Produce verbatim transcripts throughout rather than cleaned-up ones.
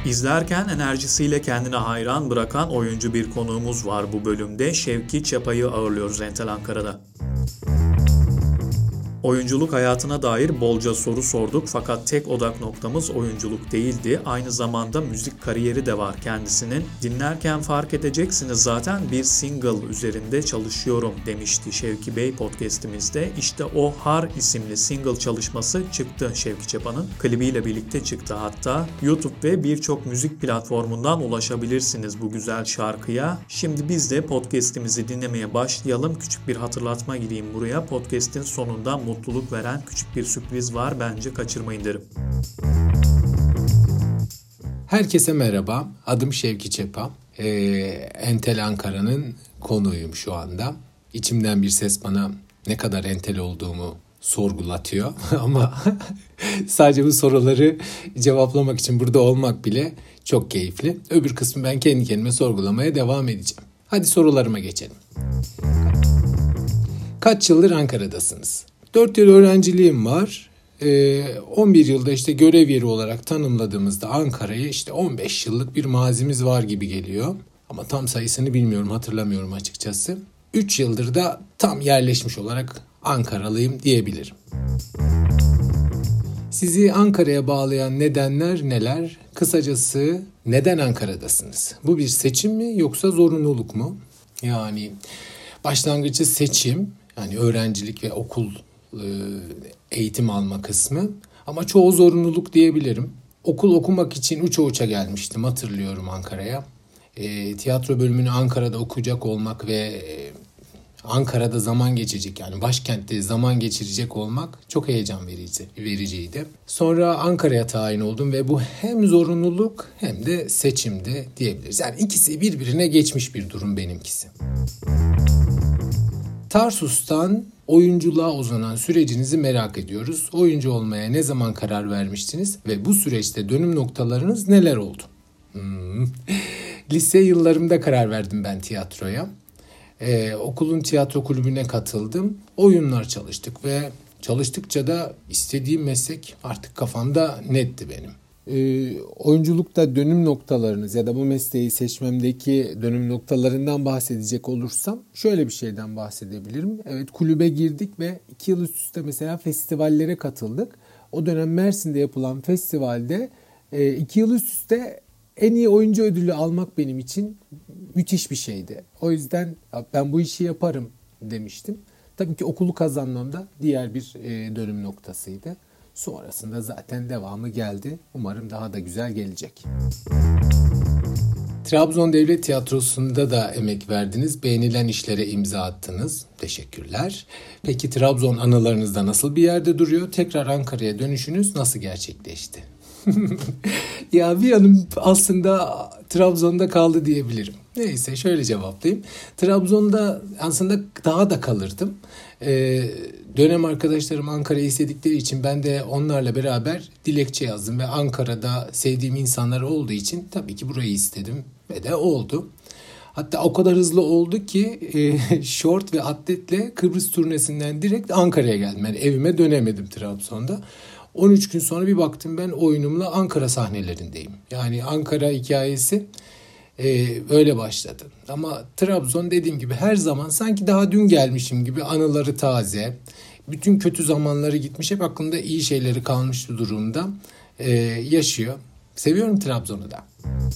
İzlerken enerjisiyle kendine hayran bırakan oyuncu bir konuğumuz var bu bölümde. Şevki Çapa'yı ağırlıyoruz Entel Ankara'da. Oyunculuk hayatına dair bolca soru sorduk fakat tek odak noktamız oyunculuk değildi. Aynı zamanda müzik kariyeri de var kendisinin. Dinlerken fark edeceksiniz zaten bir single üzerinde çalışıyorum demişti Şevki Bey podcast'imizde. İşte o Har isimli single çalışması çıktı Şevki Çapa'nın. Klibiyle birlikte çıktı hatta. YouTube ve birçok müzik platformundan ulaşabilirsiniz bu güzel şarkıya. Şimdi biz de podcast'imizi dinlemeye başlayalım. Küçük bir hatırlatma gireyim buraya. Podcast'in sonunda mutluluk veren küçük bir sürpriz var. Bence kaçırmayın derim. Herkese merhaba. Adım Şevki Çapa. Ee, Entel Ankara'nın konuğuyum şu anda. İçimden bir ses bana ne kadar entel olduğumu sorgulatıyor. Ama sadece bu soruları cevaplamak için burada olmak bile çok keyifli. Öbür kısmı ben kendi kendime sorgulamaya devam edeceğim. Hadi sorularıma geçelim. Kaç yıldır Ankara'dasınız? dört yıl öğrenciliğim var. on bir yılda işte görev yeri olarak tanımladığımızda Ankara'yı işte on beş yıllık bir mazimiz var gibi geliyor. Ama tam sayısını bilmiyorum, hatırlamıyorum açıkçası. üç yıldır da tam yerleşmiş olarak Ankaralıyım diyebilirim. Sizi Ankara'ya bağlayan nedenler neler? Kısacası neden Ankara'dasınız? Bu bir seçim mi yoksa zorunluluk mu? Yani başlangıcı seçim, yani öğrencilik ve okul eğitim alma kısmı, ama çoğu zorunluluk diyebilirim. Okul okumak için uça uça gelmiştim, hatırlıyorum Ankara'ya. E, tiyatro bölümünü Ankara'da okuyacak olmak ve e, Ankara'da zaman geçecek, yani başkentte zaman geçirecek olmak çok heyecan verici, vericiydi. Sonra Ankara'ya tayin oldum ve bu hem zorunluluk hem de seçimdi diyebiliriz. Yani ikisi birbirine geçmiş bir durum benimkisi. Tarsus'tan oyunculuğa uzanan sürecinizi merak ediyoruz. Oyuncu olmaya ne zaman karar vermiştiniz ve bu süreçte dönüm noktalarınız neler oldu? Hmm. Lise yıllarımda karar verdim ben tiyatroya. Ee, okulun tiyatro kulübüne katıldım. Oyunlar çalıştık ve çalıştıkça da istediğim meslek artık kafamda netti benim. Ee, oyunculukta dönüm noktalarınız ya da bu mesleği seçmemdeki dönüm noktalarından bahsedecek olursam şöyle bir şeyden bahsedebilirim. Evet, kulübe girdik ve iki yıl üst üste mesela festivallere katıldık. O dönem Mersin'de yapılan festivalde e, iki yıl üst üste en iyi oyuncu ödülü almak benim için müthiş bir şeydi. O yüzden ben bu işi yaparım demiştim. Tabii ki okulu kazanmam da diğer bir e, dönüm noktasıydı. Sonrasında zaten devamı geldi. Umarım daha da güzel gelecek. Trabzon Devlet Tiyatrosu'nda da emek verdiniz. Beğenilen işlere imza attınız. Teşekkürler. Peki Trabzon anılarınızda nasıl bir yerde duruyor? Tekrar Ankara'ya dönüşünüz nasıl gerçekleşti? Ya bir yanım aslında Trabzon'da kaldı diyebilirim. Neyse, şöyle cevaplayayım. Trabzon'da aslında daha da kalırdım. Ee, dönem arkadaşlarım Ankara'yı istedikleri için ben de onlarla beraber dilekçe yazdım ve Ankara'da sevdiğim insanlar olduğu için tabii ki burayı istedim ve de oldu. Hatta o kadar hızlı oldu ki e, şort ve atletle Kıbrıs turnesinden direkt Ankara'ya geldim. Yani evime dönemedim Trabzon'da. on üç gün sonra bir baktım ben oyunumla Ankara sahnelerindeyim. Yani Ankara hikayesi e, öyle başladı. Ama Trabzon dediğim gibi her zaman sanki daha dün gelmişim gibi, anıları taze. Bütün kötü zamanları gitmiş, hep aklımda iyi şeyleri kalmış bir durumda e, yaşıyor. Seviyorum Trabzon'u da.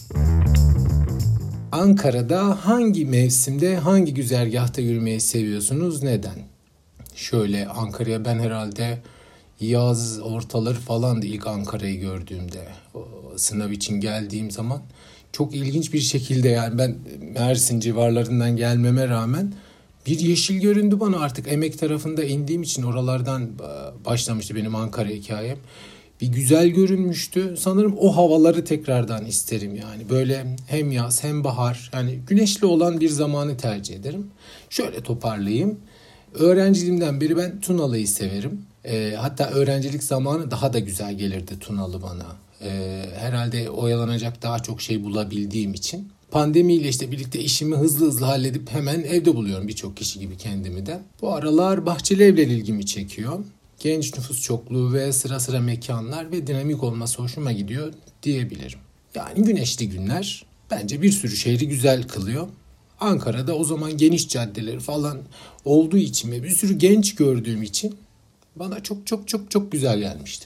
Ankara'da hangi mevsimde, hangi güzergahta yürümeyi seviyorsunuz? Neden? Şöyle, Ankara'ya ben herhalde yaz ortaları falandı ilk Ankara'yı gördüğümde. O sınav için geldiğim zaman çok ilginç bir şekilde, yani ben Mersin civarlarından gelmeme rağmen bir yeşil göründü bana. Artık Emek tarafında indiğim için oralardan başlamıştı benim Ankara hikayem. Bir güzel görünmüştü. Sanırım o havaları tekrardan isterim yani. Böyle hem yaz hem bahar, yani güneşli olan bir zamanı tercih ederim. Şöyle toparlayayım. Öğrenciliğimden beri ben Tunalı'yı severim. E, hatta öğrencilik zamanı daha da güzel gelirdi Tunalı bana. E, herhalde oyalanacak daha çok şey bulabildiğim için. Pandemiyle işte birlikte işimi hızlı hızlı halledip hemen evde buluyorum, birçok kişi gibi kendimi de. Bu aralar bahçeli evler ilgimi çekiyor. Genç nüfus çokluğu ve sıra sıra mekanlar ve dinamik olması hoşuma gidiyor diyebilirim. Yani güneşli günler bence bir sürü şehri güzel kılıyor. Ankara'da o zaman geniş caddeleri falan olduğu için ve bir sürü genç gördüğüm için bana çok çok çok çok güzel gelmişti.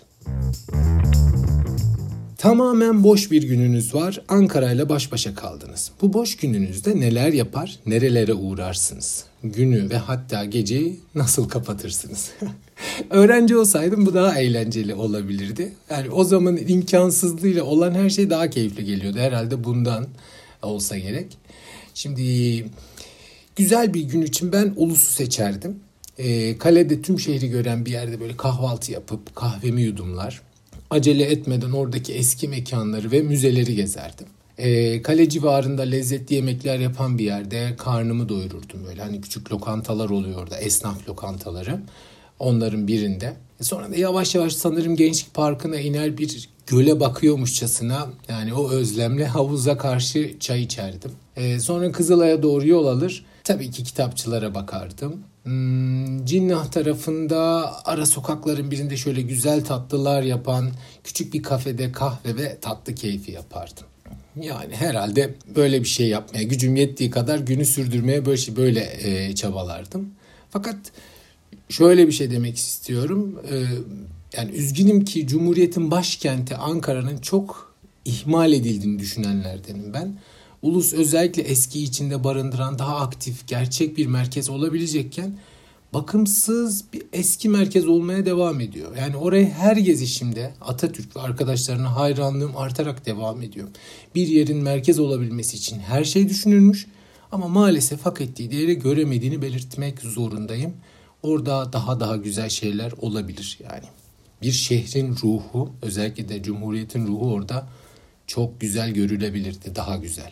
Tamamen boş bir gününüz var. Ankara ile baş başa kaldınız. Bu boş gününüzde neler yapar, nerelere uğrarsınız? Günü ve hatta geceyi nasıl kapatırsınız? Öğrenci olsaydım bu daha eğlenceli olabilirdi. Yani o zamanın imkansızlığıyla olan her şey daha keyifli geliyordu. Herhalde bundan olsa gerek. Şimdi güzel bir gün için ben Ulus'u seçerdim. E, kalede tüm şehri gören bir yerde böyle kahvaltı yapıp kahvemi yudumlar. Acele etmeden oradaki eski mekanları ve müzeleri gezerdim. E, kale civarında lezzetli yemekler yapan bir yerde karnımı doyururdum. Böyle hani küçük lokantalar oluyor orada, esnaf lokantaları. Onların birinde. E sonra da yavaş yavaş sanırım Gençlik Parkı'na iner bir göle bakıyormuşçasına yani o özlemle havuza karşı çay içerdim. E, sonra Kızılay'a doğru yol alır. Tabii ki kitapçılara bakardım. Hmm, Cinnah tarafında ara sokakların birinde şöyle güzel tatlılar yapan küçük bir kafede kahve ve tatlı keyfi yapardım. Yani herhalde böyle bir şey yapmaya gücüm yettiği kadar günü sürdürmeye böyle şey böyle e, çabalardım. Fakat şöyle bir şey demek istiyorum. E, yani üzgünüm ki Cumhuriyet'in başkenti Ankara'nın çok ihmal edildiğini düşünenlerdenim ben. Ulus özellikle eski içinde barındıran daha aktif, gerçek bir merkez olabilecekken bakımsız bir eski merkez olmaya devam ediyor. Yani oraya her gezişimde Atatürk ve arkadaşlarına hayranlığım artarak devam ediyor. Bir yerin merkez olabilmesi için her şey düşünülmüş ama maalesef hak ettiği değeri göremediğini belirtmek zorundayım. Orada daha daha güzel şeyler olabilir yani. Bir şehrin ruhu, özellikle de Cumhuriyet'in ruhu orada çok güzel görülebilirdi, daha güzel.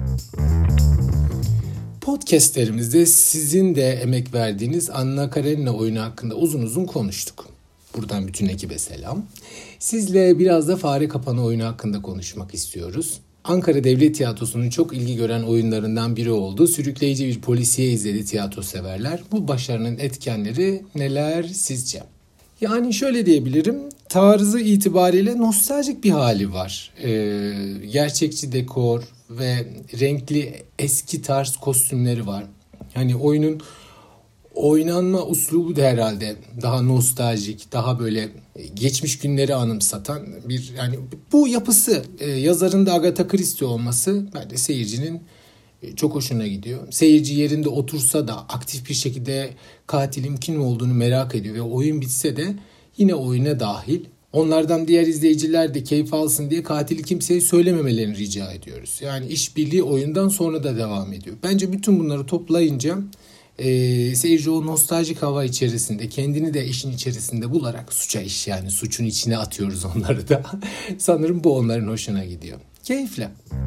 Podcastlerimizde sizin de emek verdiğiniz Anna Karenina oyunu hakkında uzun uzun konuştuk. Buradan bütün ekibe selam. Sizle biraz da Fare Kapanı oyunu hakkında konuşmak istiyoruz. Ankara Devlet Tiyatrosu'nun çok ilgi gören oyunlarından biri oldu. Sürükleyici bir polisiye izledi tiyatro severler. Bu başarının etkenleri neler sizce? Yani şöyle diyebilirim, tarzı itibariyle nostaljik bir hali var. Ee, gerçekçi dekor ve renkli eski tarz kostümleri var. Hani oyunun oynanma uslubu da herhalde daha nostaljik, daha böyle geçmiş günleri anımsatan bir yani bu yapısı e, yazarın da Agatha Christie olması bence seyircinin çok hoşuna gidiyor. Seyirci yerinde otursa da aktif bir şekilde katilin kim olduğunu merak ediyor ve oyun bitse de yine oyuna dahil. Onlardan diğer izleyiciler de keyif alsın diye katili kimseye söylememelerini rica ediyoruz. Yani işbirliği oyundan sonra da devam ediyor. Bence bütün bunları toplayınca e, seyirci o nostaljik hava içerisinde kendini de işin içerisinde bularak suça iş yani suçun içine atıyoruz onları da. Sanırım bu onların hoşuna gidiyor. Keyifle.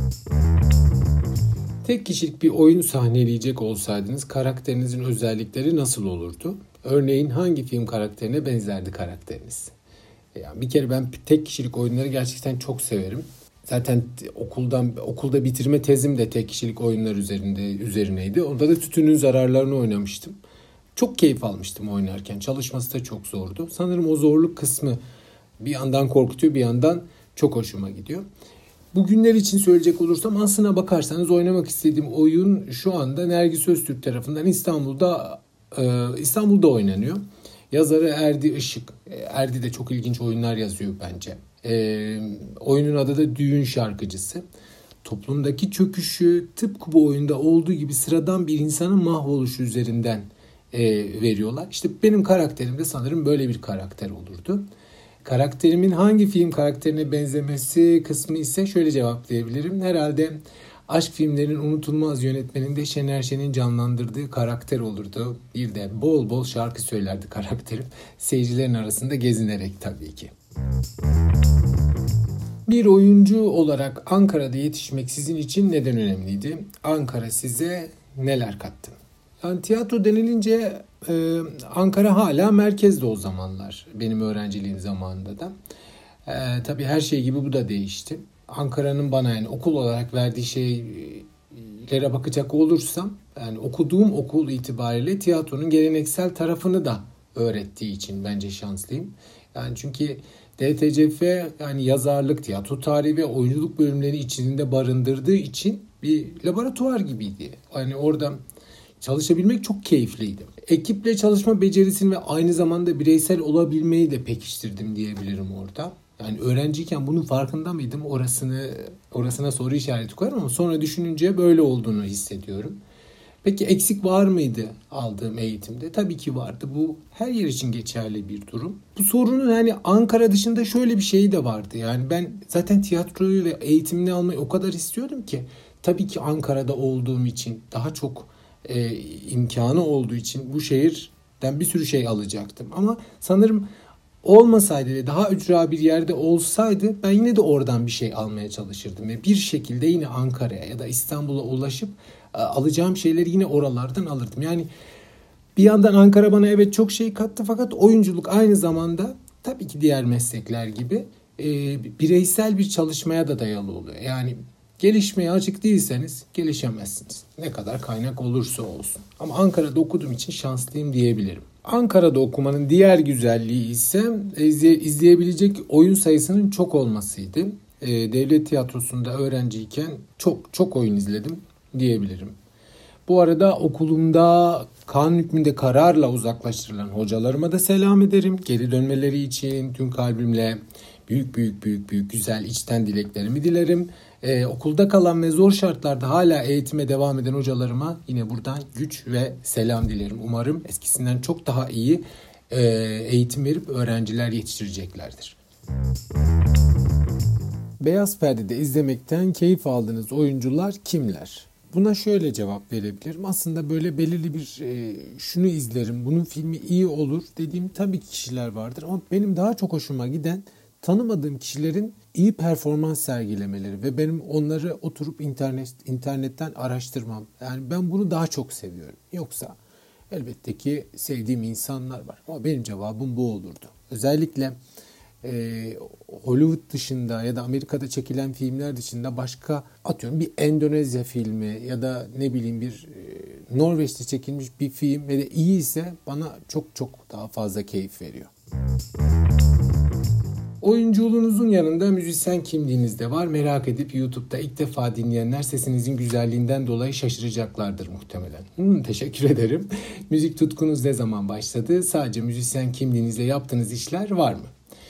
Tek kişilik bir oyun sahneleyecek olsaydınız karakterinizin özellikleri nasıl olurdu? Örneğin hangi film karakterine benzerdi karakteriniz? Yani bir kere ben tek kişilik oyunları gerçekten çok severim. Zaten okuldan okulda bitirme tezim de tek kişilik oyunlar üzerinde üzerineydi. Orada da tütünün zararlarını oynamıştım. Çok keyif almıştım oynarken. Çalışması da çok zordu. Sanırım o zorluk kısmı bir yandan korkutuyor, bir yandan çok hoşuma gidiyor. Bugünler için söyleyecek olursam aslına bakarsanız oynamak istediğim oyun şu anda Nergis Öztürk tarafından İstanbul'da e, İstanbul'da oynanıyor. Yazarı Erdi Işık. Erdi de çok ilginç oyunlar yazıyor bence. E, oyunun adı da Düğün Şarkıcısı. Toplumdaki çöküşü tıpkı bu oyunda olduğu gibi sıradan bir insanın mahvoluşu üzerinden e, veriyorlar. İşte benim karakterim de sanırım böyle bir karakter olurdu. Karakterimin hangi film karakterine benzemesi kısmı ise şöyle cevaplayabilirim. Herhalde aşk filmlerinin unutulmaz yönetmeninde Şener Şen'in canlandırdığı karakter olurdu. Bir de bol bol şarkı söylerdi karakterim. Seyircilerin arasında gezinerek tabii ki. Bir oyuncu olarak Ankara'da yetişmek sizin için neden önemliydi? Ankara size neler kattı? Yani tiyatro denilince e, Ankara hala merkezde o zamanlar. Benim öğrenciliğim zamanında da. E, tabii her şey gibi bu da değişti. Ankara'nın bana yani okul olarak verdiği şeylere bakacak olursam, yani okuduğum okul itibariyle tiyatronun geleneksel tarafını da öğrettiği için bence şanslıyım. Yani çünkü D T C F yani yazarlık, tiyatro tarihi ve oyunculuk bölümlerini içinde barındırdığı için bir laboratuvar gibiydi. Yani orada çalışabilmek çok keyifliydi. Ekiple çalışma becerisini ve aynı zamanda bireysel olabilmeyi de pekiştirdim diyebilirim orada. Yani öğrenciyken bunun farkında mıydım? Orasını orasına soru işareti koyarım ama sonra düşününce böyle olduğunu hissediyorum. Peki eksik var mıydı aldığım eğitimde? Tabii ki vardı. Bu her yer için geçerli bir durum. Bu sorunun hani Ankara dışında şöyle bir şey de vardı. Yani ben zaten tiyatroyu ve eğitimini almayı o kadar istiyordum ki tabii ki Ankara'da olduğum için daha çok e, imkanı olduğu için bu şehirden bir sürü şey alacaktım. Ama sanırım olmasaydı ve daha ücra bir yerde olsaydı ben yine de oradan bir şey almaya çalışırdım. Ve bir şekilde yine Ankara'ya ya da İstanbul'a ulaşıp alacağım şeyleri yine oralardan alırdım. Yani bir yandan Ankara bana evet çok şey kattı fakat oyunculuk aynı zamanda tabii ki diğer meslekler gibi e, bireysel bir çalışmaya da dayalı oluyor. Yani gelişmeye açık değilseniz gelişemezsiniz. Ne kadar kaynak olursa olsun. Ama Ankara'da okuduğum için şanslıyım diyebilirim. Ankara'da okumanın diğer güzelliği ise izleyebilecek oyun sayısının çok olmasıydı. E, devlet tiyatrosunda öğrenciyken çok çok oyun izledim diyebilirim. Bu arada okulumda kanun hükmünde kararla uzaklaştırılan hocalarıma da selam ederim. Geri dönmeleri için tüm kalbimle büyük büyük büyük büyük güzel içten dileklerimi dilerim. Ee, okulda kalan ve zor şartlarda hala eğitime devam eden hocalarıma yine buradan güç ve selam dilerim. Umarım eskisinden çok daha iyi e, eğitim verip öğrenciler yetiştireceklerdir. Beyaz Perde'de izlemekten keyif aldığınız oyuncular kimler? Buna şöyle cevap verebilirim. Aslında böyle belirli bir e, şunu izlerim, bunun filmi iyi olur dediğim tabii ki kişiler vardır. Ama benim daha çok hoşuma giden tanımadığım kişilerin iyi performans sergilemeleri ve benim onları oturup internet internetten araştırmam. Yani ben bunu daha çok seviyorum. Yoksa elbette ki sevdiğim insanlar var. Ama benim cevabım bu olurdu. Özellikle Ee, Hollywood dışında ya da Amerika'da çekilen filmler dışında başka atıyorum bir Endonezya filmi ya da ne bileyim bir e, Norveç'te çekilmiş bir film ve de iyi ise bana çok çok daha fazla keyif veriyor. Oyunculuğunuzun yanında müzisyen kimliğiniz de var. Merak edip YouTube'da ilk defa dinleyenler sesinizin güzelliğinden dolayı şaşıracaklardır muhtemelen. Hmm, teşekkür ederim. Müzik tutkunuz ne zaman başladı? Sadece müzisyen kimliğinizle yaptığınız işler var mı?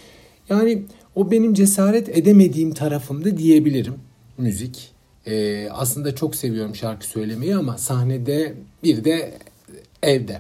Yani o benim cesaret edemediğim tarafımdı diyebilirim müzik. Ee, aslında çok seviyorum şarkı söylemeyi ama sahnede bir de evde.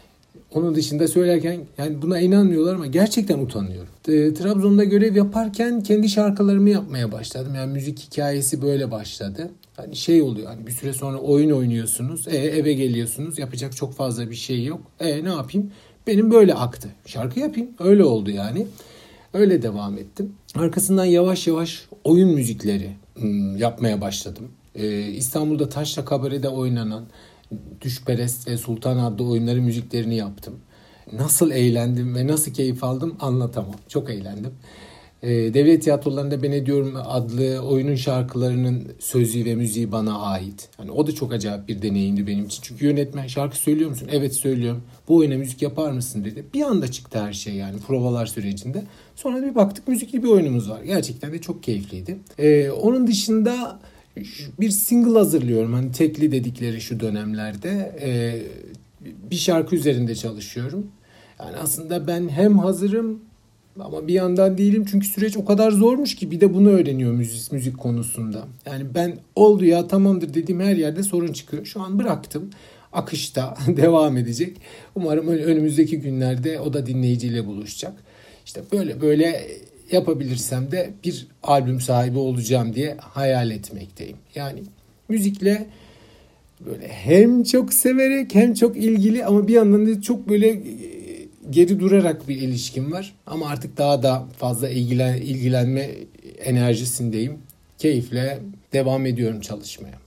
Onun dışında söylerken yani buna inanmıyorlar ama gerçekten utanıyorum. E, Trabzon'da görev yaparken kendi şarkılarımı yapmaya başladım. Yani müzik hikayesi böyle başladı. Hani şey oluyor hani bir süre sonra oyun oynuyorsunuz. E, eve geliyorsunuz. Yapacak çok fazla bir şey yok. E ne yapayım? Benim böyle aktı. Şarkı yapayım. Öyle oldu yani. Öyle devam ettim. Arkasından yavaş yavaş oyun müzikleri hmm, yapmaya başladım. Ee, İstanbul'da Taşra Kabare'de oynanan Düşperest ve Sultan adlı oyunların müziklerini yaptım. Nasıl eğlendim ve nasıl keyif aldım anlatamam. Çok eğlendim. Ee, Devlet Tiyatrolarında Ben Ediyorum adlı oyunun şarkılarının sözü ve müziği bana ait. Yani o da çok acayip bir deneyimdi benim için. Çünkü yönetmen şarkı söylüyor musun? Evet söylüyorum. Bu oyuna müzik yapar mısın dedi. Bir anda çıktı her şey yani provalar sürecinde. Sonra bir baktık müzikli bir oyunumuz var. Gerçekten de çok keyifliydi. Ee, onun dışında bir single hazırlıyorum. Hani tekli dedikleri şu dönemlerde. Ee, bir şarkı üzerinde çalışıyorum. Yani aslında ben hem hazırım ama bir yandan değilim çünkü süreç o kadar zormuş ki bir de bunu öğreniyor müzik, müzik konusunda. Yani ben oldu ya tamamdır dediğim her yerde sorun çıkıyor. Şu an bıraktım. Akışta devam edecek. Umarım önümüzdeki günlerde o da dinleyiciyle buluşacak. İşte böyle böyle yapabilirsem de bir albüm sahibi olacağım diye hayal etmekteyim. Yani müzikle böyle hem çok severek hem çok ilgili ama bir yandan da çok böyle geri durarak bir ilişkim var. Ama artık daha da fazla ilgilen, ilgilenme enerjisindeyim. Keyifle devam ediyorum çalışmaya.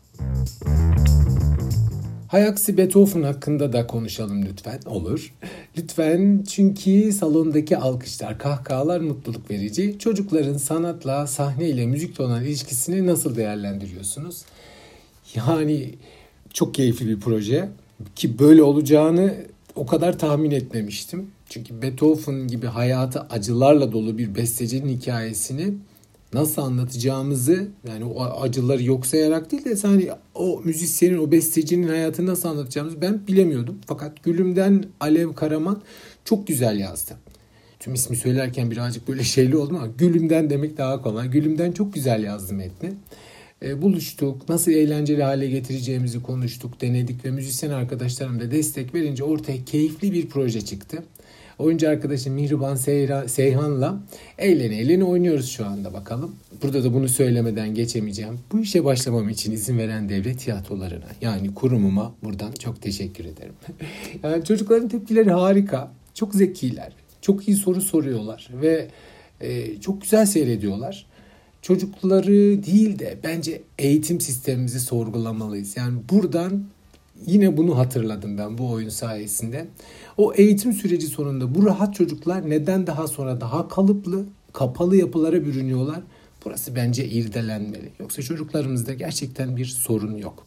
Hay aksi Beethoven hakkında da konuşalım lütfen. Olur. Lütfen çünkü salondaki alkışlar, kahkahalar mutluluk verici. Çocukların sanatla, sahneyle, müzikle olan ilişkisini nasıl değerlendiriyorsunuz? Yani çok keyifli bir proje. Ki böyle olacağını o kadar tahmin etmemiştim. Çünkü Beethoven gibi hayatı acılarla dolu bir bestecinin hikayesini nasıl anlatacağımızı, yani o acıları yok sayarak değil de hani o müzisyenin, o bestecinin hayatını nasıl anlatacağımızı ben bilemiyordum. Fakat Gülüm'den Alev Karaman çok güzel yazdı. Tüm ismi söylerken birazcık böyle şeyli oldum ama Gülüm'den demek daha kolay. Gülüm'den çok güzel yazdı metni. E, buluştuk, nasıl eğlenceli hale getireceğimizi konuştuk, denedik ve müzisyen arkadaşlarım da destek verince ortaya keyifli bir proje çıktı. Oyuncu arkadaşım Mihriban Seyra, Seyhan'la eğlene eğlene oynuyoruz şu anda bakalım. Burada da bunu söylemeden geçemeyeceğim. Bu işe başlamam için izin veren devlet tiyatrolarına, yani kurumuma buradan çok teşekkür ederim. Yani çocukların tepkileri harika, çok zekiler, çok iyi soru soruyorlar ve e, çok güzel seyrediyorlar. Çocukları değil de bence eğitim sistemimizi sorgulamalıyız. Yani buradan yine bunu hatırladım ben bu oyun sayesinde. O eğitim süreci sonunda bu rahat çocuklar neden daha sonra daha kalıplı, kapalı yapılara bürünüyorlar? Burası bence irdelenmeli. Yoksa çocuklarımızda gerçekten bir sorun yok.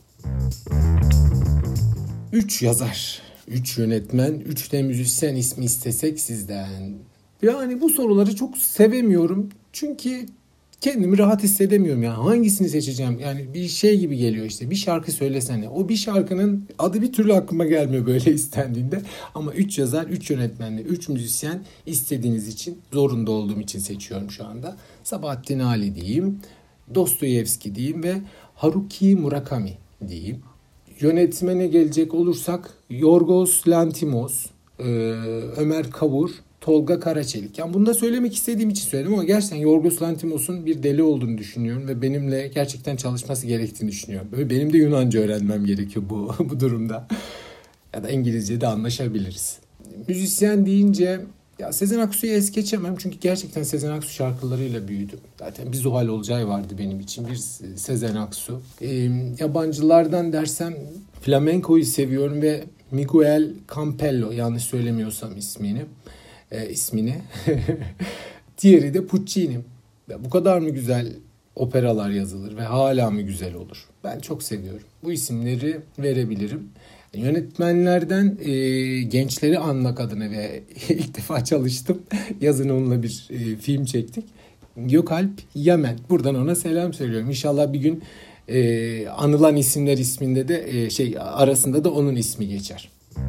Üç yazar, üç yönetmen, üç de müzisyen ismi istesek sizden. Yani bu soruları çok sevemiyorum. Çünkü kendimi rahat hissedemiyorum ya. Hangisini seçeceğim? Yani bir şey gibi geliyor işte. Bir şarkı söylesene. O bir şarkının adı bir türlü aklıma gelmiyor böyle istendiğinde. Ama üç yazar, üç yönetmenle, üç müzisyen istediğiniz için, zorunda olduğum için seçiyorum şu anda. Sabahattin Ali diyeyim, Dostoyevski diyeyim ve Haruki Murakami diyeyim. Yönetmene gelecek olursak Yorgos Lanthimos, Ömer Kavur, Tolga Karaçelik. Yani bunu da söylemek istediğim için söyledim ama gerçekten Yorgos Lanthimos'un bir deli olduğunu düşünüyorum ve benimle gerçekten çalışması gerektiğini düşünüyorum. Ve benim de Yunanca öğrenmem gerekiyor bu bu durumda. Ya da İngilizce de anlaşabiliriz. Müzisyen deyince ya Sezen Aksu'yu es geçemem çünkü gerçekten Sezen Aksu şarkılarıyla büyüdüm. Zaten bir Zuhal Olcay vardı benim için, bir Sezen Aksu. Ee, yabancılardan dersem flamenko'yu seviyorum ve Miguel Campello, yanlış söylemiyorsam ismini. E, ismini. Diğeri de Puccini. Bu kadar mı güzel operalar yazılır ve hala mı güzel olur? Ben çok seviyorum. Bu isimleri verebilirim. Yönetmenlerden e, gençleri anmak adına ve ilk defa çalıştım. Yazın onunla bir e, film çektik. Gökalp Yemen. Buradan ona selam söylüyorum. İnşallah bir gün e, anılan isimler isminde de e, şey arasında da onun ismi geçer.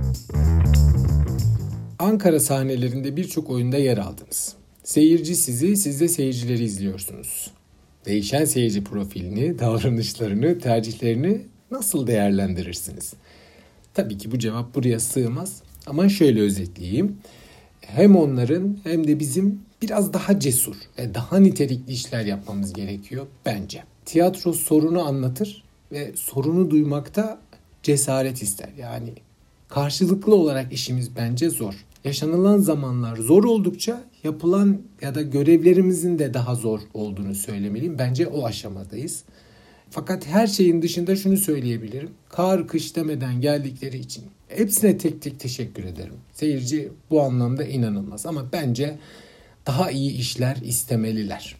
Ankara sahnelerinde birçok oyunda yer aldınız. Seyirci sizi, siz de seyircileri izliyorsunuz. Değişen seyirci profilini, davranışlarını, tercihlerini nasıl değerlendirirsiniz? Tabii ki bu cevap buraya sığmaz ama şöyle özetleyeyim. Hem onların hem de bizim biraz daha cesur ve daha nitelikli işler yapmamız gerekiyor bence. Tiyatro sorunu anlatır ve sorunu duymakta cesaret ister. Yani karşılıklı olarak işimiz bence zor. Yaşanılan zamanlar zor oldukça yapılan ya da görevlerimizin de daha zor olduğunu söylemeliyim. Bence o aşamadayız. Fakat her şeyin dışında şunu söyleyebilirim. Kar kış demeden geldikleri için hepsine tek tek teşekkür ederim. Seyirci bu anlamda inanılmaz ama bence daha iyi işler istemeliler.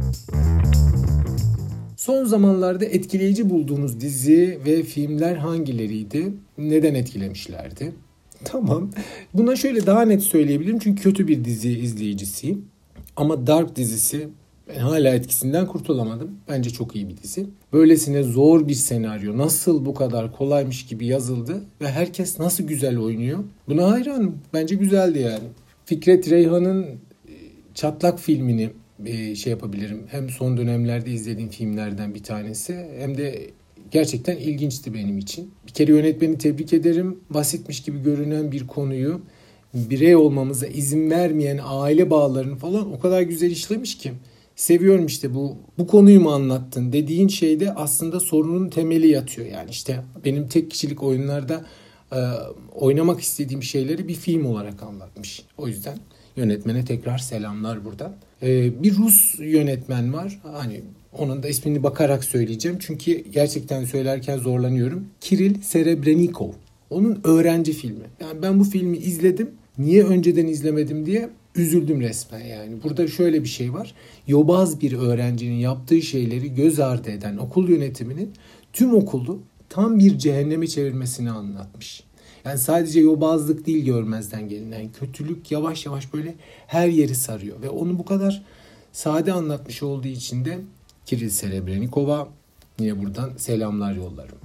Son zamanlarda etkileyici bulduğunuz dizi ve filmler hangileriydi? Neden etkilemişlerdi? Tamam. Buna şöyle daha net söyleyebilirim çünkü kötü bir dizi izleyicisiyim. Ama Dark dizisi, ben hala etkisinden kurtulamadım. Bence çok iyi bir dizi. Böylesine zor bir senaryo nasıl bu kadar kolaymış gibi yazıldı ve herkes nasıl güzel oynuyor. Buna hayranım. Bence güzeldi yani. Fikret Reyhan'ın Çatlak filmini şey yapabilirim. Hem son dönemlerde izlediğim filmlerden bir tanesi hem de gerçekten ilginçti benim için. Bir kere yönetmeni tebrik ederim. Basitmiş gibi görünen bir konuyu birey olmamıza izin vermeyen aile bağlarını falan o kadar güzel işlemiş ki. Seviyorum işte bu bu konuyu mu anlattın dediğin şeyde aslında sorunun temeli yatıyor. Yani işte benim tek kişilik oyunlarda e, oynamak istediğim şeyleri bir film olarak anlatmış. O yüzden yönetmene tekrar selamlar buradan. E, bir Rus yönetmen var. Hani onun da ismini bakarak söyleyeceğim. Çünkü gerçekten söylerken zorlanıyorum. Kirill Serebrennikov. Onun öğrenci filmi. Yani ben bu filmi izledim. Niye önceden izlemedim diye üzüldüm resmen yani. Burada şöyle bir şey var. Yobaz bir öğrencinin yaptığı şeyleri göz ardı eden okul yönetiminin tüm okulu tam bir cehenneme çevirmesini anlatmış. Yani sadece yobazlık değil görmezden gelinen kötülük yavaş yavaş böyle her yeri sarıyor. Ve onu bu kadar sade anlatmış olduğu için de Kiril Serebrennikov'a yine buradan selamlar yollarım.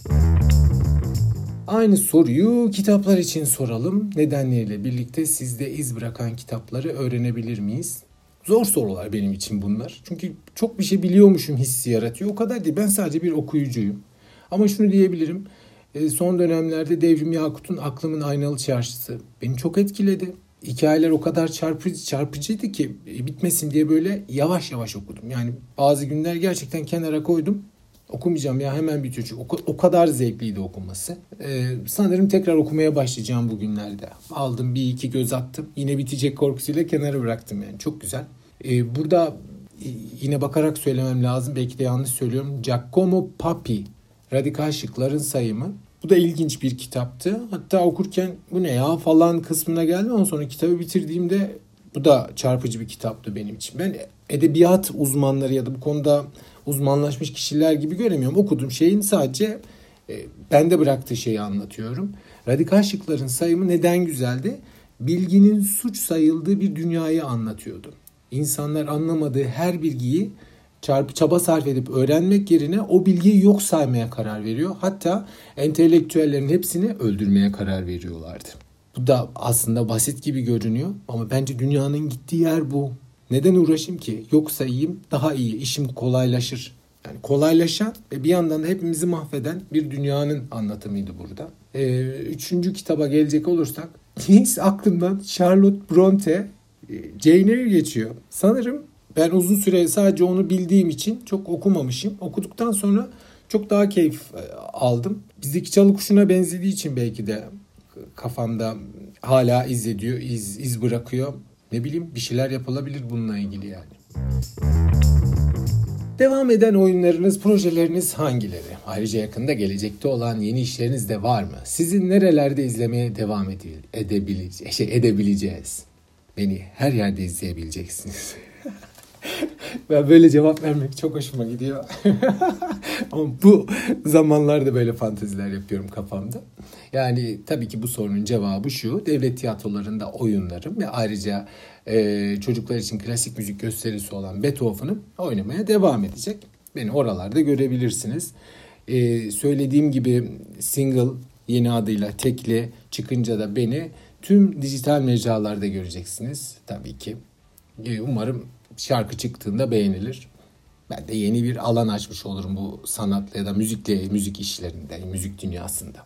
Aynı soruyu kitaplar için soralım. Nedenleriyle birlikte sizde iz bırakan kitapları öğrenebilir miyiz? Zor sorular benim için bunlar. Çünkü çok bir şey biliyormuşum hissi yaratıyor. O kadar değil. Ben sadece bir okuyucuyum. Ama şunu diyebilirim. Son dönemlerde Devrim Yakut'un Aklımın Aynalı Çarşısı beni çok etkiledi. Hikayeler o kadar çarpıcı, çarpıcıydı ki bitmesin diye böyle yavaş yavaş okudum. Yani bazı günler gerçekten kenara koydum. Okumayacağım ya hemen bitiyor çünkü o, o kadar zevkliydi okunması. Ee, sanırım tekrar okumaya başlayacağım bugünlerde. Aldım bir iki göz attım. Yine bitecek korkusuyla kenara bıraktım yani. Çok güzel. Ee, burada yine bakarak söylemem lazım. Belki de yanlış söylüyorum. Giacomo Papi. Radikal Şıkların Sayımı. Bu da ilginç bir kitaptı. Hatta okurken bu ne ya falan kısmına geldi. Ondan sonra kitabı bitirdiğimde bu da çarpıcı bir kitaptı benim için. Ben edebiyat uzmanları ya da bu konuda uzmanlaşmış kişiler gibi göremiyorum. Okuduğum şeyin sadece e, bende bıraktığı şeyi anlatıyorum. Radikal Şıkların Sayımı neden güzeldi? Bilginin suç sayıldığı bir dünyayı anlatıyordu. İnsanlar anlamadığı her bilgiyi çarpı çaba sarf edip öğrenmek yerine o bilgiyi yok saymaya karar veriyor. Hatta entelektüellerin hepsini öldürmeye karar veriyorlardı. Bu da aslında basit gibi görünüyor ama bence dünyanın gittiği yer bu. Neden uğraşayım ki? Yok sayayım daha iyi, işim kolaylaşır. Yani kolaylaşan ve bir yandan da hepimizi mahveden bir dünyanın anlatımıydı burada. Ee, üçüncü kitaba gelecek olursak hiç aklımdan Charlotte Bronte, Jane Eyre geçiyor. Sanırım ben uzun süre sadece onu bildiğim için çok okumamışım. Okuduktan sonra çok daha keyif aldım. Bizdeki Çalı Kuşu'na benzediği için belki de kafamda hala iz ediyor, iz, iz bırakıyor. Ne bileyim bir şeyler yapılabilir bununla ilgili yani. Devam eden oyunlarınız, projeleriniz hangileri? Ayrıca yakında gelecekte olan yeni işleriniz de var mı? Sizin nerelerde izlemeye devam edebileceğiz? Şey, edebileceğiz? Beni her yerde izleyebileceksiniz. Ben böyle cevap vermek çok hoşuma gidiyor. Ama bu zamanlarda böyle fanteziler yapıyorum kafamda. Yani tabii ki bu sorunun cevabı şu. Devlet tiyatrolarında oyunlarım ve ayrıca e, çocuklar için klasik müzik gösterisi olan Beethoven'ı oynamaya devam edecek. Beni oralarda görebilirsiniz. E, söylediğim gibi single yeni adıyla Tekli çıkınca da beni tüm dijital mecralarda göreceksiniz. Tabii ki. E, umarım şarkı çıktığında beğenilir. Ben de yeni bir alan açmış olurum bu sanatla ya da müzikle, müzik işlerinde, müzik dünyasında.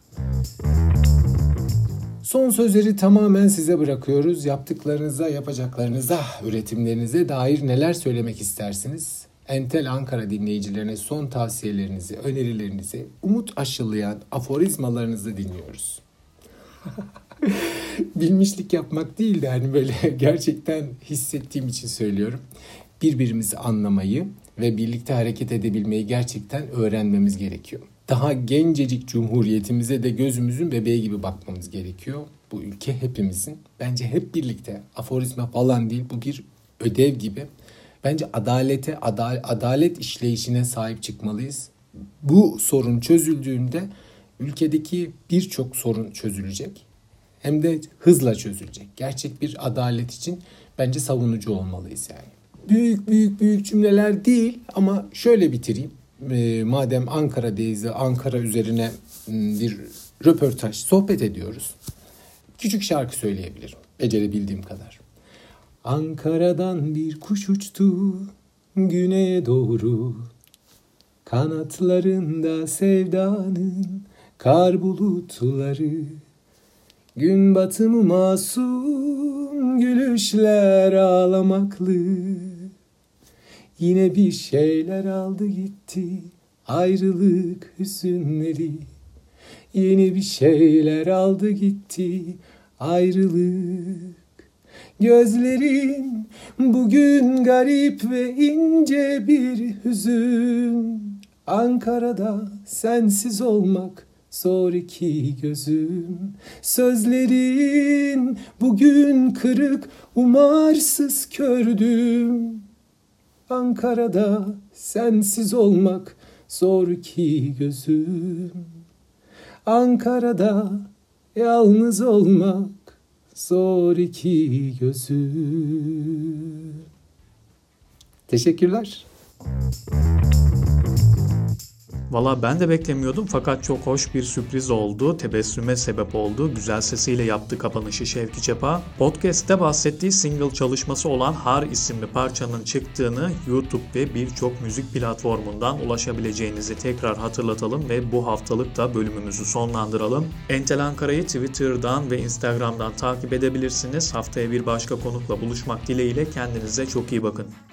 Son sözleri tamamen size bırakıyoruz. Yaptıklarınıza, yapacaklarınıza, üretimlerinize dair neler söylemek istersiniz? Entel Ankara dinleyicilerine son tavsiyelerinizi, önerilerinizi, umut aşılayan aforizmalarınızı dinliyoruz. Bilmişlik yapmak değil de hani böyle gerçekten hissettiğim için söylüyorum. Birbirimizi anlamayı ve birlikte hareket edebilmeyi gerçekten öğrenmemiz gerekiyor. Daha gencecik cumhuriyetimize de gözümüzün bebeği gibi bakmamız gerekiyor. Bu ülke hepimizin. Bence hep birlikte aforizma falan değil, bu bir ödev gibi. Bence adalete, adal- adalet işleyişine sahip çıkmalıyız. Bu sorun çözüldüğünde ülkedeki birçok sorun çözülecek. Hem de hızla çözülecek. Gerçek bir adalet için bence savunucu olmalıyız yani. Büyük büyük büyük cümleler değil ama şöyle bitireyim. E, madem Ankara'dayız, Ankara üzerine bir röportaj, sohbet ediyoruz. Küçük şarkı söyleyebilirim. Becerebildiğim kadar. Ankara'dan bir kuş uçtu güneye doğru. Kanatlarında sevdanın kar bulutları. Gün batımı masum gülüşler ağlamaklı. Yine bir şeyler aldı gitti ayrılık hüzünleri. Yeni bir şeyler aldı gitti ayrılık. Gözlerin bugün garip ve ince bir hüzün. Ankara'da sensiz olmak zor iki gözüm. Sözlerin bugün kırık, umarsız kördüm. Ankara'da sensiz olmak zor iki gözüm. Ankara'da Yalnız olmak zor iki gözüm. Teşekkürler. Valla ben de beklemiyordum fakat çok hoş bir sürpriz oldu. Tebessüme sebep oldu. Güzel sesiyle yaptı kapanışı Şevki Çapa. Podcast'te bahsettiği single çalışması olan Har isimli parçanın çıktığını YouTube ve birçok müzik platformundan ulaşabileceğinizi tekrar hatırlatalım ve bu haftalık da bölümümüzü sonlandıralım. Entel Ankara'yı Twitter'dan ve Instagram'dan takip edebilirsiniz. Haftaya bir başka konukla buluşmak dileğiyle kendinize çok iyi bakın.